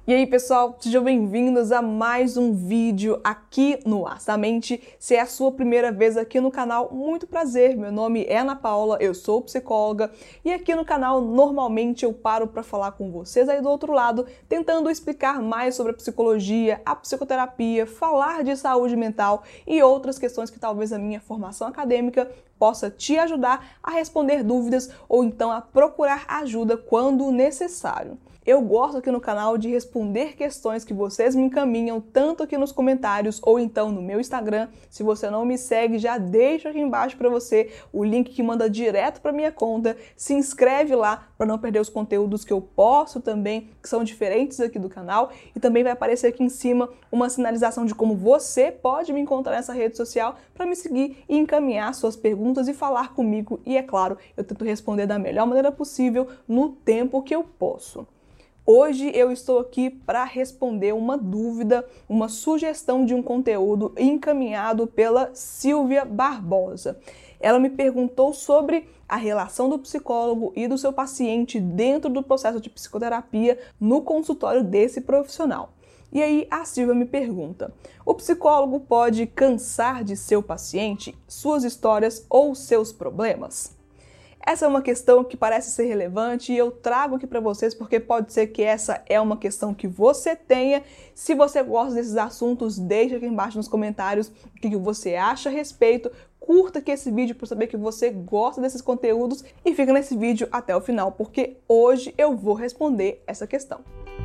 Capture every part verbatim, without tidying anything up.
E aí pessoal, sejam bem-vindos a mais um vídeo aqui no Ars da Mente. Se é a sua primeira vez aqui no canal, muito prazer, meu nome é Ana Paula, eu sou psicóloga e aqui no canal normalmente eu paro para falar com vocês aí do outro lado, tentando explicar mais sobre a psicologia, a psicoterapia, falar de saúde mental e outras questões que talvez a minha formação acadêmica possa te ajudar a responder dúvidas ou então a procurar ajuda quando necessário. Eu gosto aqui no canal de responder questões que vocês me encaminham, tanto aqui nos comentários ou então no meu Instagram. Se você não me segue, já deixo aqui embaixo para você o link que manda direto para minha conta. Se inscreve lá para não perder os conteúdos que eu posto também, que são diferentes aqui do canal. E também vai aparecer aqui em cima uma sinalização de como você pode me encontrar nessa rede social para me seguir e encaminhar suas perguntas e falar comigo. E é claro, eu tento responder da melhor maneira possível no tempo que eu posso. Hoje eu estou aqui para responder uma dúvida, uma sugestão de um conteúdo encaminhado pela Silvia Barbosa. Ela me perguntou sobre a relação do psicólogo e do seu paciente dentro do processo de psicoterapia no consultório desse profissional. E aí a Silvia me pergunta: o psicólogo pode cansar de seu paciente, suas histórias ou seus problemas? Essa é uma questão que parece ser relevante e eu trago aqui para vocês porque pode ser que essa é uma questão que você tenha. Se você gosta desses assuntos, deixa aqui embaixo nos comentários o que você acha a respeito. Curta aqui esse vídeo para saber que você gosta desses conteúdos e fica nesse vídeo até o final, porque hoje eu vou responder essa questão.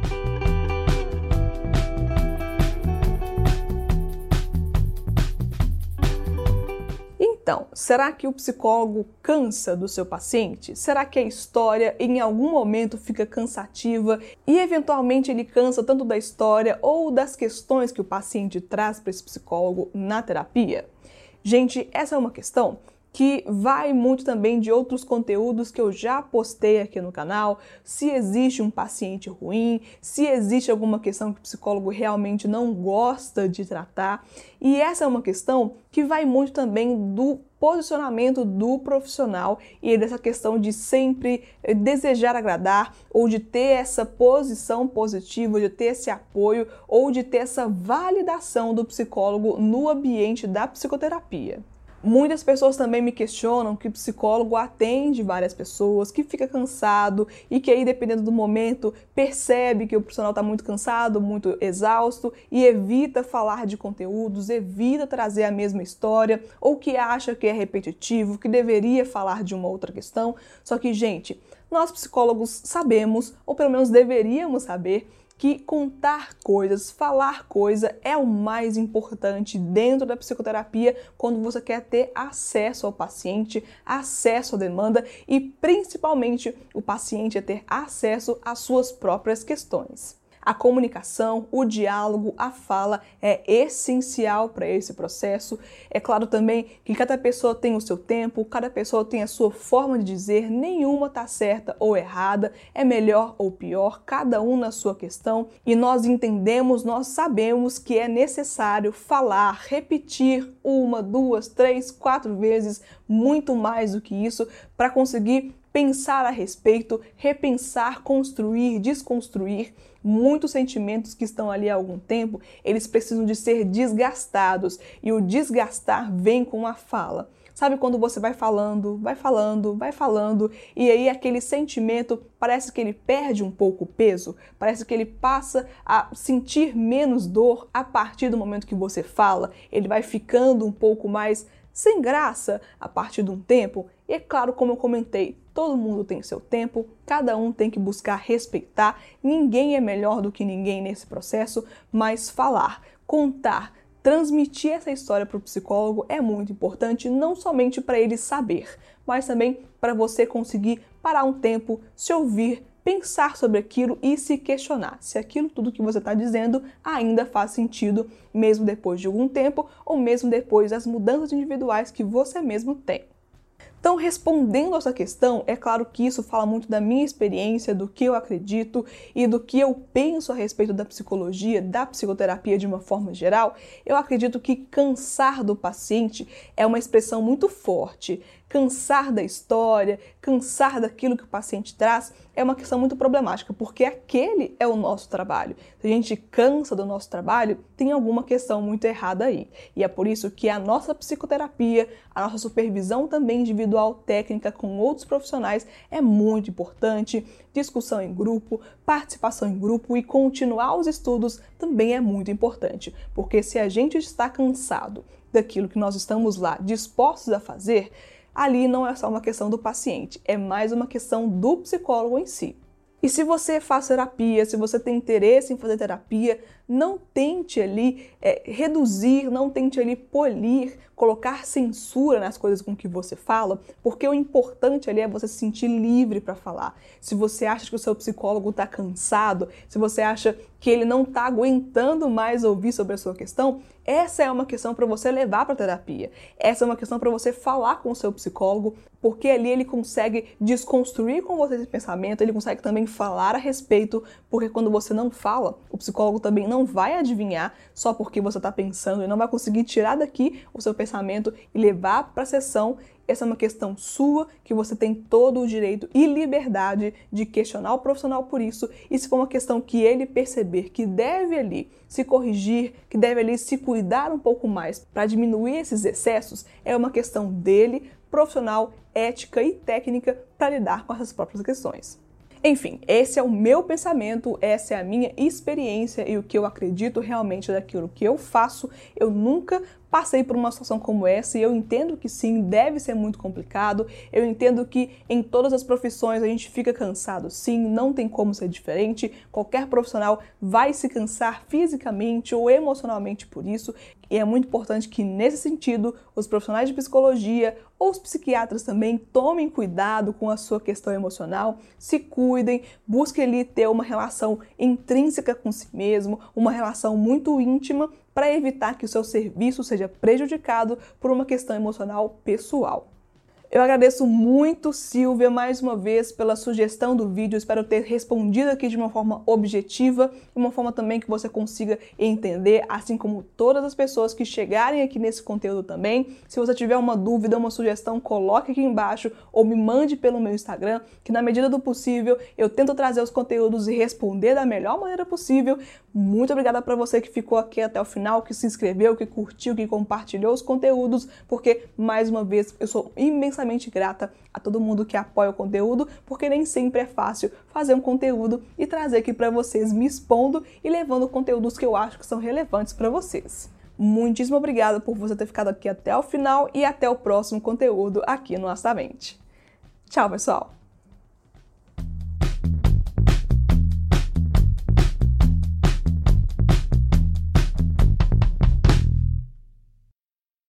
Então, será que o psicólogo cansa do seu paciente? Será que a história em algum momento fica cansativa e eventualmente ele cansa tanto da história ou das questões que o paciente traz para esse psicólogo na terapia? Gente, essa é uma questão que vai muito também de outros conteúdos que eu já postei aqui no canal, se existe um paciente ruim, se existe alguma questão que o psicólogo realmente não gosta de tratar. E essa é uma questão que vai muito também do posicionamento do profissional e dessa questão de sempre desejar agradar ou de ter essa posição positiva, de ter esse apoio ou de ter essa validação do psicólogo no ambiente da psicoterapia. Muitas pessoas também me questionam que o psicólogo atende várias pessoas, que fica cansado e que aí, dependendo do momento, percebe que o profissional está muito cansado, muito exausto e evita falar de conteúdos, evita trazer a mesma história ou que acha que é repetitivo, que deveria falar de uma outra questão. Só que, gente, nós psicólogos sabemos, ou pelo menos deveríamos saber, que contar coisas, falar coisa é o mais importante dentro da psicoterapia quando você quer ter acesso ao paciente, acesso à demanda e principalmente o paciente a ter acesso às suas próprias questões. A comunicação, o diálogo, a fala é essencial para esse processo. É claro também que cada pessoa tem o seu tempo, cada pessoa tem a sua forma de dizer, nenhuma está certa ou errada, é melhor ou pior, cada um na sua questão. E nós entendemos, nós sabemos que é necessário falar, repetir uma, duas, três, quatro vezes, muito mais do que isso, para conseguir pensar a respeito, repensar, construir, desconstruir. Muitos sentimentos que estão ali há algum tempo, eles precisam de ser desgastados e o desgastar vem com a fala. Sabe quando você vai falando, vai falando, vai falando e aí aquele sentimento parece que ele perde um pouco o peso, parece que ele passa a sentir menos dor a partir do momento que você fala, ele vai ficando um pouco mais sem graça a partir de um tempo. E é claro, como eu comentei, todo mundo tem seu tempo, cada um tem que buscar respeitar, ninguém é melhor do que ninguém nesse processo, mas falar, contar, transmitir essa história para o psicólogo é muito importante, não somente para ele saber, mas também para você conseguir parar um tempo, se ouvir, pensar sobre aquilo e se questionar se aquilo tudo que você está dizendo ainda faz sentido, mesmo depois de algum tempo ou mesmo depois das mudanças individuais que você mesmo tem. Então, respondendo a essa questão, é claro que isso fala muito da minha experiência, do que eu acredito e do que eu penso a respeito da psicologia, da psicoterapia de uma forma geral. Eu acredito que cansar do paciente é uma expressão muito forte. Cansar da história, cansar daquilo que o paciente traz é uma questão muito problemática, porque aquele é o nosso trabalho. Se a gente cansa do nosso trabalho, tem alguma questão muito errada aí. E é por isso que a nossa psicoterapia, a nossa supervisão também individual técnica com outros profissionais é muito importante. Discussão em grupo, participação em grupo e continuar os estudos também é muito importante, porque se a gente está cansado daquilo que nós estamos lá dispostos a fazer, ali não é só uma questão do paciente, é mais uma questão do psicólogo em si. E se você faz terapia, se você tem interesse em fazer terapia, não tente ali é, reduzir, não tente ali polir, colocar censura nas coisas com que você fala, porque o importante ali é você se sentir livre para falar. Se você acha que o seu psicólogo está cansado, se você acha que ele não está aguentando mais ouvir sobre a sua questão, essa é uma questão para você levar para a terapia. Essa é uma questão para você falar com o seu psicólogo, porque ali ele consegue desconstruir com você esse pensamento, ele consegue também falar a respeito, porque quando você não fala, o psicólogo também não vai adivinhar só porque você está pensando e não vai conseguir tirar daqui o seu pensamento e levar para a sessão. Essa é uma questão sua, que você tem todo o direito e liberdade de questionar o profissional por isso, e se for uma questão que ele perceber que deve ali se corrigir, que deve ali se cuidar um pouco mais para diminuir esses excessos, é uma questão dele, profissional, ética e técnica para lidar com essas próprias questões. Enfim, esse é o meu pensamento, essa é a minha experiência e o que eu acredito realmente daquilo que eu faço. Eu nunca passei por uma situação como essa e eu entendo que sim, deve ser muito complicado. Eu entendo que em todas as profissões a gente fica cansado sim, não tem como ser diferente. Qualquer profissional vai se cansar fisicamente ou emocionalmente por isso. E é muito importante que, nesse sentido, os profissionais de psicologia ou os psiquiatras também tomem cuidado com a sua questão emocional, se cuidem, busquem ali ter uma relação intrínseca com si mesmo, uma relação muito íntima, para evitar que o seu serviço seja prejudicado por uma questão emocional pessoal. Eu agradeço muito, Silvia, mais uma vez pela sugestão do vídeo. Espero ter respondido aqui de uma forma objetiva e uma forma também que você consiga entender, assim como todas as pessoas que chegarem aqui nesse conteúdo também. Se você tiver uma dúvida, uma sugestão, coloque aqui embaixo ou me mande pelo meu Instagram, que na medida do possível eu tento trazer os conteúdos e responder da melhor maneira possível. Muito obrigada para você que ficou aqui até o final, que se inscreveu, que curtiu, que compartilhou os conteúdos, porque, mais uma vez, eu sou imensamente grata a todo mundo que apoia o conteúdo, porque nem sempre é fácil fazer um conteúdo e trazer aqui para vocês, me expondo e levando conteúdos que eu acho que são relevantes para vocês. Muitíssimo obrigada por você ter ficado aqui até o final e até o próximo conteúdo aqui no Astamente. Tchau, pessoal!